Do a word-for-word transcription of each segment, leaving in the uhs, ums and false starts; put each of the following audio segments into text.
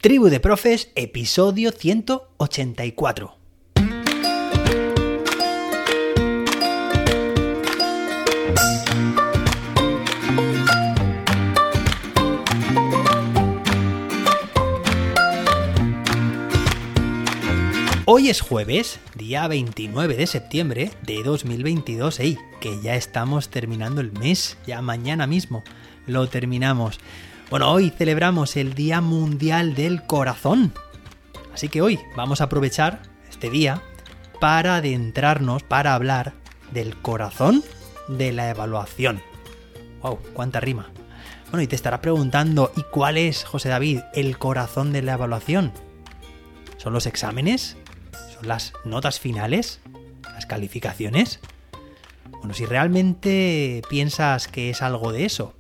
Tribu de Profes, episodio ciento ochenta y cuatro. Hoy es jueves, día veintinueve de septiembre de dos mil veintidós, ¡ey! Que ya estamos terminando el mes, ya mañana mismo lo terminamos. Bueno, hoy celebramos el Día Mundial del Corazón, así que hoy vamos a aprovechar este día para adentrarnos, para hablar del corazón de la evaluación. ¡Wow! ¡Cuánta rima! Bueno, y te estarás preguntando, ¿y cuál es, José David, el corazón de la evaluación? ¿Son los exámenes? ¿Son las notas finales? ¿Las calificaciones? Bueno, si realmente piensas que es algo de eso,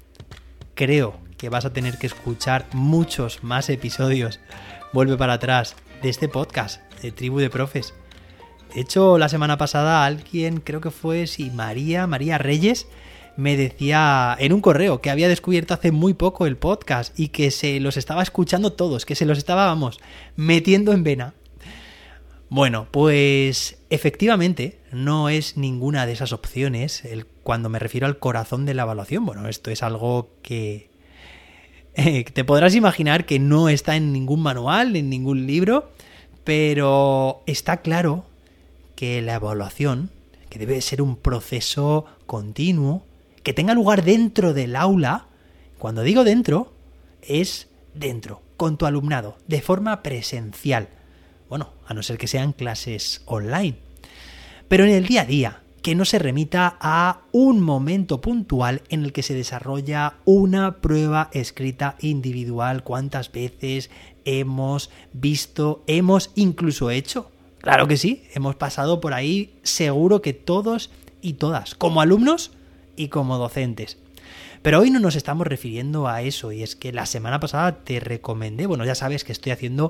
creo que vas a tener que escuchar muchos más episodios, vuelve para atrás, de este podcast, de Tribu de Profes. De hecho, la semana pasada alguien, creo que fue, sí, María, María Reyes, me decía en un correo que había descubierto hace muy poco el podcast y que se los estaba escuchando todos, que se los estábamos metiendo en vena. Bueno, pues efectivamente no es ninguna de esas opciones el, cuando me refiero al corazón de la evaluación. Bueno, esto es algo que eh, te podrás imaginar que no está en ningún manual, en ningún libro, pero está claro que la evaluación, que debe ser un proceso continuo, que tenga lugar dentro del aula, cuando digo dentro, es dentro, con tu alumnado, de forma presencial. Bueno, a no ser que sean clases online. Pero en el día a día, que no se remita a un momento puntual en el que se desarrolla una prueba escrita individual. ¿Cuántas veces hemos visto, hemos incluso hecho? Claro que sí, hemos pasado por ahí seguro que todos y todas, como alumnos y como docentes. Pero hoy no nos estamos refiriendo a eso, y es que la semana pasada te recomendé, bueno, ya sabes que estoy haciendo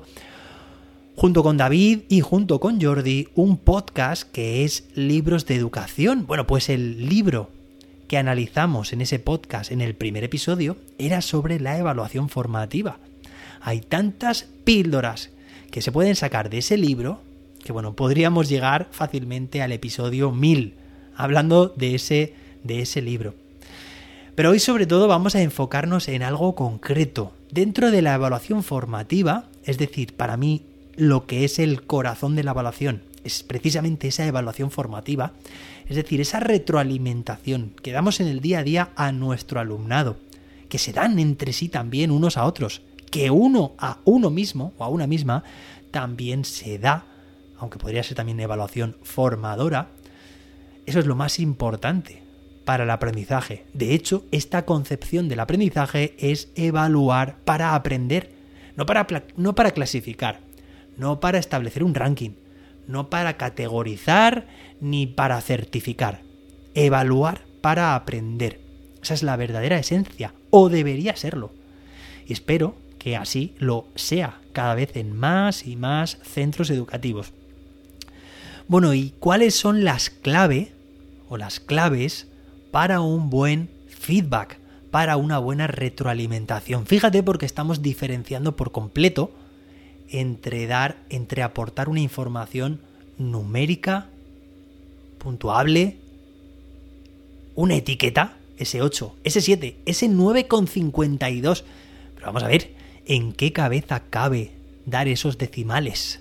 junto con David y junto con Jordi un podcast que es Libros de Educación. Bueno, pues el libro que analizamos en ese podcast en el primer episodio era sobre la evaluación formativa. Hay tantas píldoras que se pueden sacar de ese libro que, bueno, podríamos llegar fácilmente al episodio mil hablando de ese, de ese libro. Pero hoy sobre todo vamos a enfocarnos en algo concreto. Dentro de la evaluación formativa, es decir, para mí lo que es el corazón de la evaluación es precisamente esa evaluación formativa, es decir, esa retroalimentación que damos en el día a día a nuestro alumnado, que se dan entre sí también unos a otros, que uno a uno mismo o a una misma también se da, aunque podría ser también evaluación formadora. Eso es lo más importante para el aprendizaje. De hecho, esta concepción del aprendizaje es evaluar para aprender, no para, no para clasificar, no para establecer un ranking, no para categorizar ni para certificar. Evaluar para aprender. Esa es la verdadera esencia, o debería serlo. Y espero que así lo sea cada vez en más y más centros educativos. Bueno, ¿y cuáles son las claves o las claves para un buen feedback, para una buena retroalimentación? Fíjate, porque estamos diferenciando por completo entre dar, entre aportar una información numérica, puntuable, una etiqueta, ese ocho, ese siete, ese nueve coma cincuenta y dos. Pero vamos a ver, ¿en qué cabeza cabe dar esos decimales?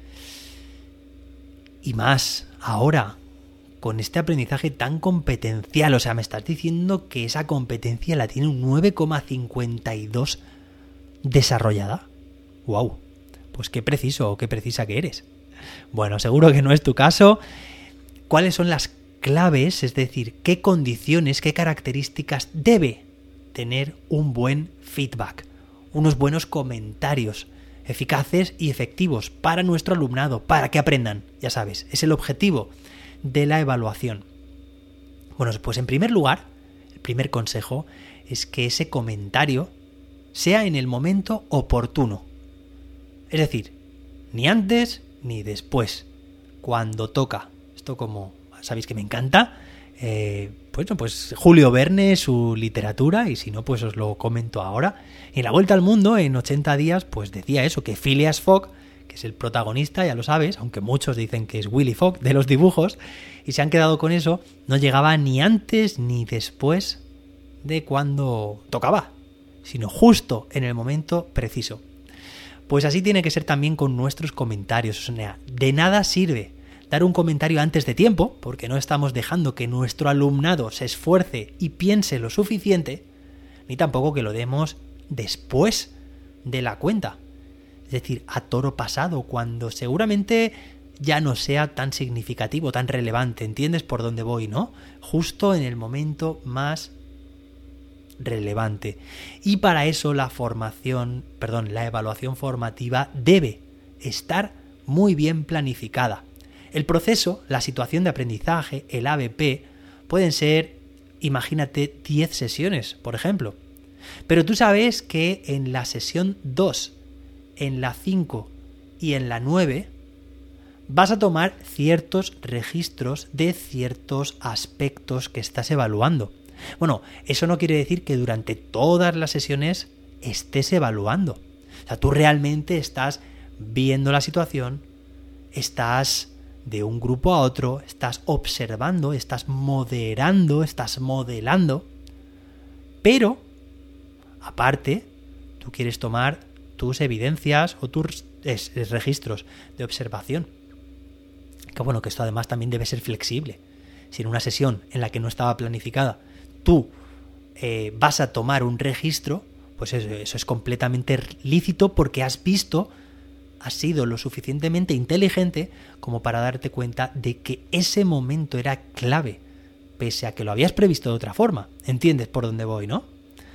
Y más ahora, con este aprendizaje tan competencial, o sea, me estás diciendo que esa competencia la tiene un nueve coma cincuenta y dos desarrollada. ¡Wow! Pues qué preciso o qué precisa que eres. Bueno, seguro que no es tu caso. ¿Cuáles son las claves? Es decir, ¿qué condiciones, qué características debe tener un buen feedback? Unos buenos comentarios eficaces y efectivos para nuestro alumnado, para que aprendan. Ya sabes, es el objetivo de la evaluación. Bueno, pues en primer lugar, el primer consejo es que ese comentario sea en el momento oportuno. Es decir, ni antes ni después, cuando toca. Esto, como sabéis que me encanta, eh, pues, pues Julio Verne, su literatura, y si no, pues os lo comento ahora. En La Vuelta al Mundo, en ochenta días, pues decía eso, que Phileas Fogg, que es el protagonista, ya lo sabes, aunque muchos dicen que es Willy Fogg de los dibujos, y se han quedado con eso, no llegaba ni antes ni después de cuando tocaba, sino justo en el momento preciso. Pues así tiene que ser también con nuestros comentarios. O sea, de nada sirve dar un comentario antes de tiempo, porque no estamos dejando que nuestro alumnado se esfuerce y piense lo suficiente, ni tampoco que lo demos después de la cuenta. Es decir, a toro pasado, cuando seguramente ya no sea tan significativo, tan relevante. ¿Entiendes por dónde voy, no? Justo en el momento más relevante. Y para eso la formación, perdón, la evaluación formativa debe estar muy bien planificada. El proceso, la situación de aprendizaje, el A B P, pueden ser, imagínate, diez sesiones, por ejemplo. Pero tú sabes que en la sesión dos, en la cinco y en la nueve vas a tomar ciertos registros de ciertos aspectos que estás evaluando. Bueno, eso no quiere decir que durante todas las sesiones estés evaluando. O sea, tú realmente estás viendo la situación, estás de un grupo a otro, estás observando, estás moderando, estás modelando, pero, aparte, tú quieres tomar tus evidencias o tus es, es, registros de observación. Que bueno, que esto además también debe ser flexible. Si en una sesión en la que no estaba planificada tú eh, vas a tomar un registro, pues eso, eso es completamente lícito porque has visto, has sido lo suficientemente inteligente como para darte cuenta de que ese momento era clave, pese a que lo habías previsto de otra forma. ¿Entiendes por dónde voy, no?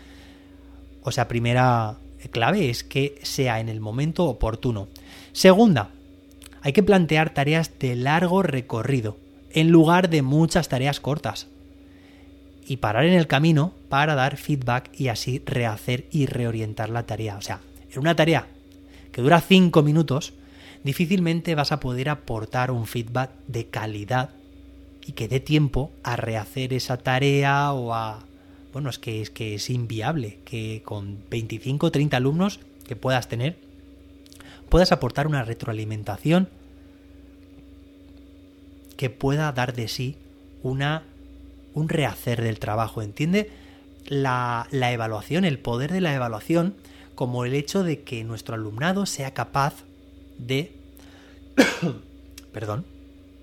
O sea, primera clave es que sea en el momento oportuno. Segunda, hay que plantear tareas de largo recorrido en lugar de muchas tareas cortas. Y parar en el camino para dar feedback y así rehacer y reorientar la tarea. O sea, en una tarea que dura cinco minutos, difícilmente vas a poder aportar un feedback de calidad y que dé tiempo a rehacer esa tarea o a... Bueno, es que es, que es inviable que con veinticinco o treinta alumnos que puedas tener, puedas aportar una retroalimentación que pueda dar de sí una... un rehacer del trabajo. ¿Entiende? La, la evaluación, el poder de la evaluación, como el hecho de que nuestro alumnado sea capaz de, perdón,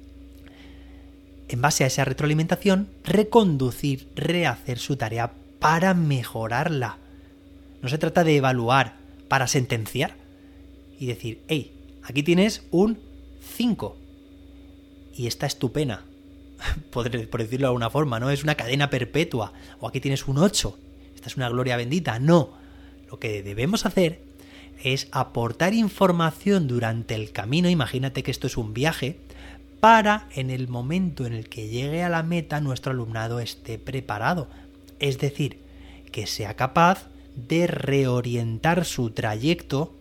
en base a esa retroalimentación, reconducir, rehacer su tarea para mejorarla. No se trata de evaluar para sentenciar y decir, hey, aquí tienes un cinco y esta es tu pena. Por decirlo de alguna forma, ¿no? Es una cadena perpetua. O aquí tienes un ocho. Esta es una gloria bendita. No. Lo que debemos hacer es aportar información durante el camino. Imagínate que esto es un viaje. Para, en el momento en el que llegue a la meta, nuestro alumnado esté preparado. Es decir, que sea capaz de reorientar su trayecto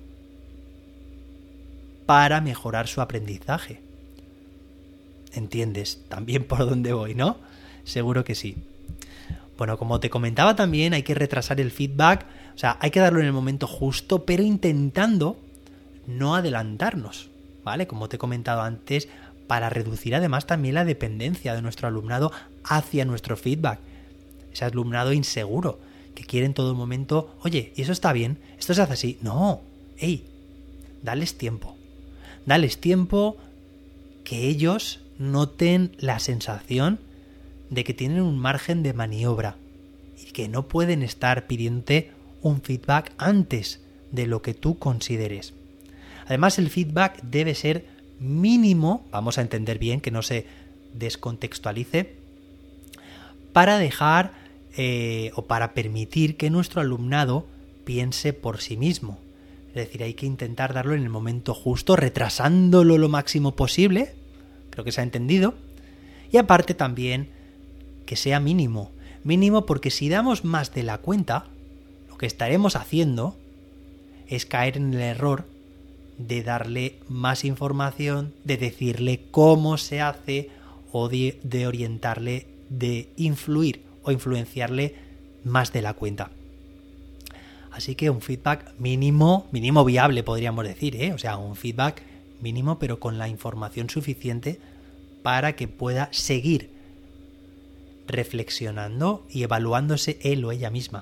para mejorar su aprendizaje. ¿Entiendes también por dónde voy, no? Seguro que sí. Bueno, como te comentaba también, hay que retrasar el feedback, o sea, hay que darlo en el momento justo, pero intentando no adelantarnos, ¿vale? Como te he comentado antes, para reducir además también la dependencia de nuestro alumnado hacia nuestro feedback. Ese alumnado inseguro, que quiere en todo momento, oye, ¿y eso está bien? ¿Esto se hace así? No, ey, dales tiempo. Dales tiempo que ellos noten la sensación de que tienen un margen de maniobra y que no pueden estar pidiéndote un feedback antes de lo que tú consideres. Además, el feedback debe ser mínimo, vamos a entender bien que no se descontextualice, para dejar eh, o para permitir que nuestro alumnado piense por sí mismo. Es decir, hay que intentar darlo en el momento justo, retrasándolo lo máximo posible. Creo que se ha entendido. Y aparte también que sea mínimo. Mínimo porque si damos más de la cuenta, lo que estaremos haciendo es caer en el error de darle más información, de decirle cómo se hace o de, de orientarle de influir o influenciarle más de la cuenta. Así que un feedback mínimo, mínimo viable podríamos decir, ¿eh? O sea, un feedback mínimo pero con la información suficiente para que pueda seguir reflexionando y evaluándose él o ella misma.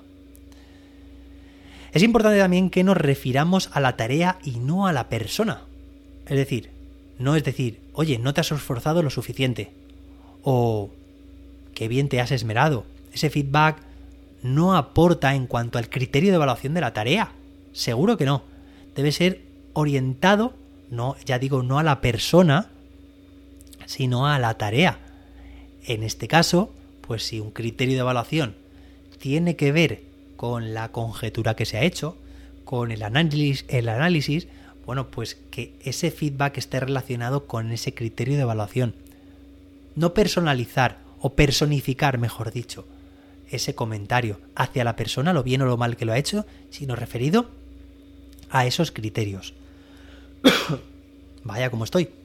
Es importante también que nos refiramos a la tarea y no a la persona. Es decir, no es decir, oye, no te has esforzado lo suficiente o qué bien te has esmerado. Ese feedback no aporta en cuanto al criterio de evaluación de la tarea. Seguro que no. Debe ser orientado, no, ya digo, no a la persona, sino a la tarea. En este caso, pues si un criterio de evaluación tiene que ver con la conjetura que se ha hecho, con el análisis, el análisis, bueno, pues que ese feedback esté relacionado con ese criterio de evaluación. No personalizar o personificar, mejor dicho, ese comentario hacia la persona, lo bien o lo mal que lo ha hecho, sino referido a esos criterios. Vaya como estoy.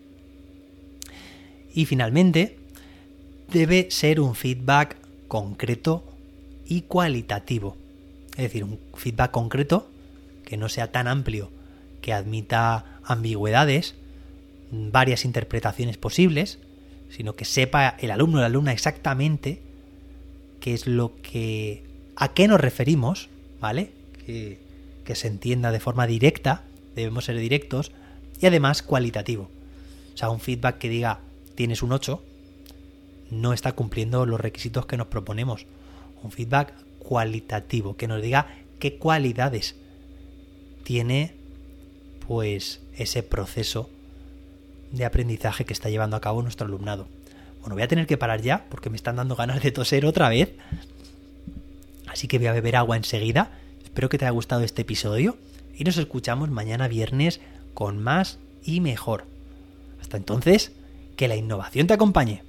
Y finalmente, debe ser un feedback concreto y cualitativo. Es decir, un feedback concreto que no sea tan amplio que admita ambigüedades, varias interpretaciones posibles, sino que sepa el alumno o la alumna exactamente qué es lo que, a qué nos referimos, ¿vale? Que, que se entienda de forma directa, debemos ser directos, y además cualitativo. O sea, un feedback que diga tienes un ocho no está cumpliendo los requisitos que nos proponemos. Un feedback cualitativo, que nos diga qué cualidades tiene pues ese proceso de aprendizaje que está llevando a cabo nuestro alumnado. Bueno, voy a tener que parar ya porque me están dando ganas de toser otra vez. Así que voy a beber agua enseguida. Espero que te haya gustado este episodio y nos escuchamos mañana viernes con más y mejor. Hasta entonces, que la innovación te acompañe.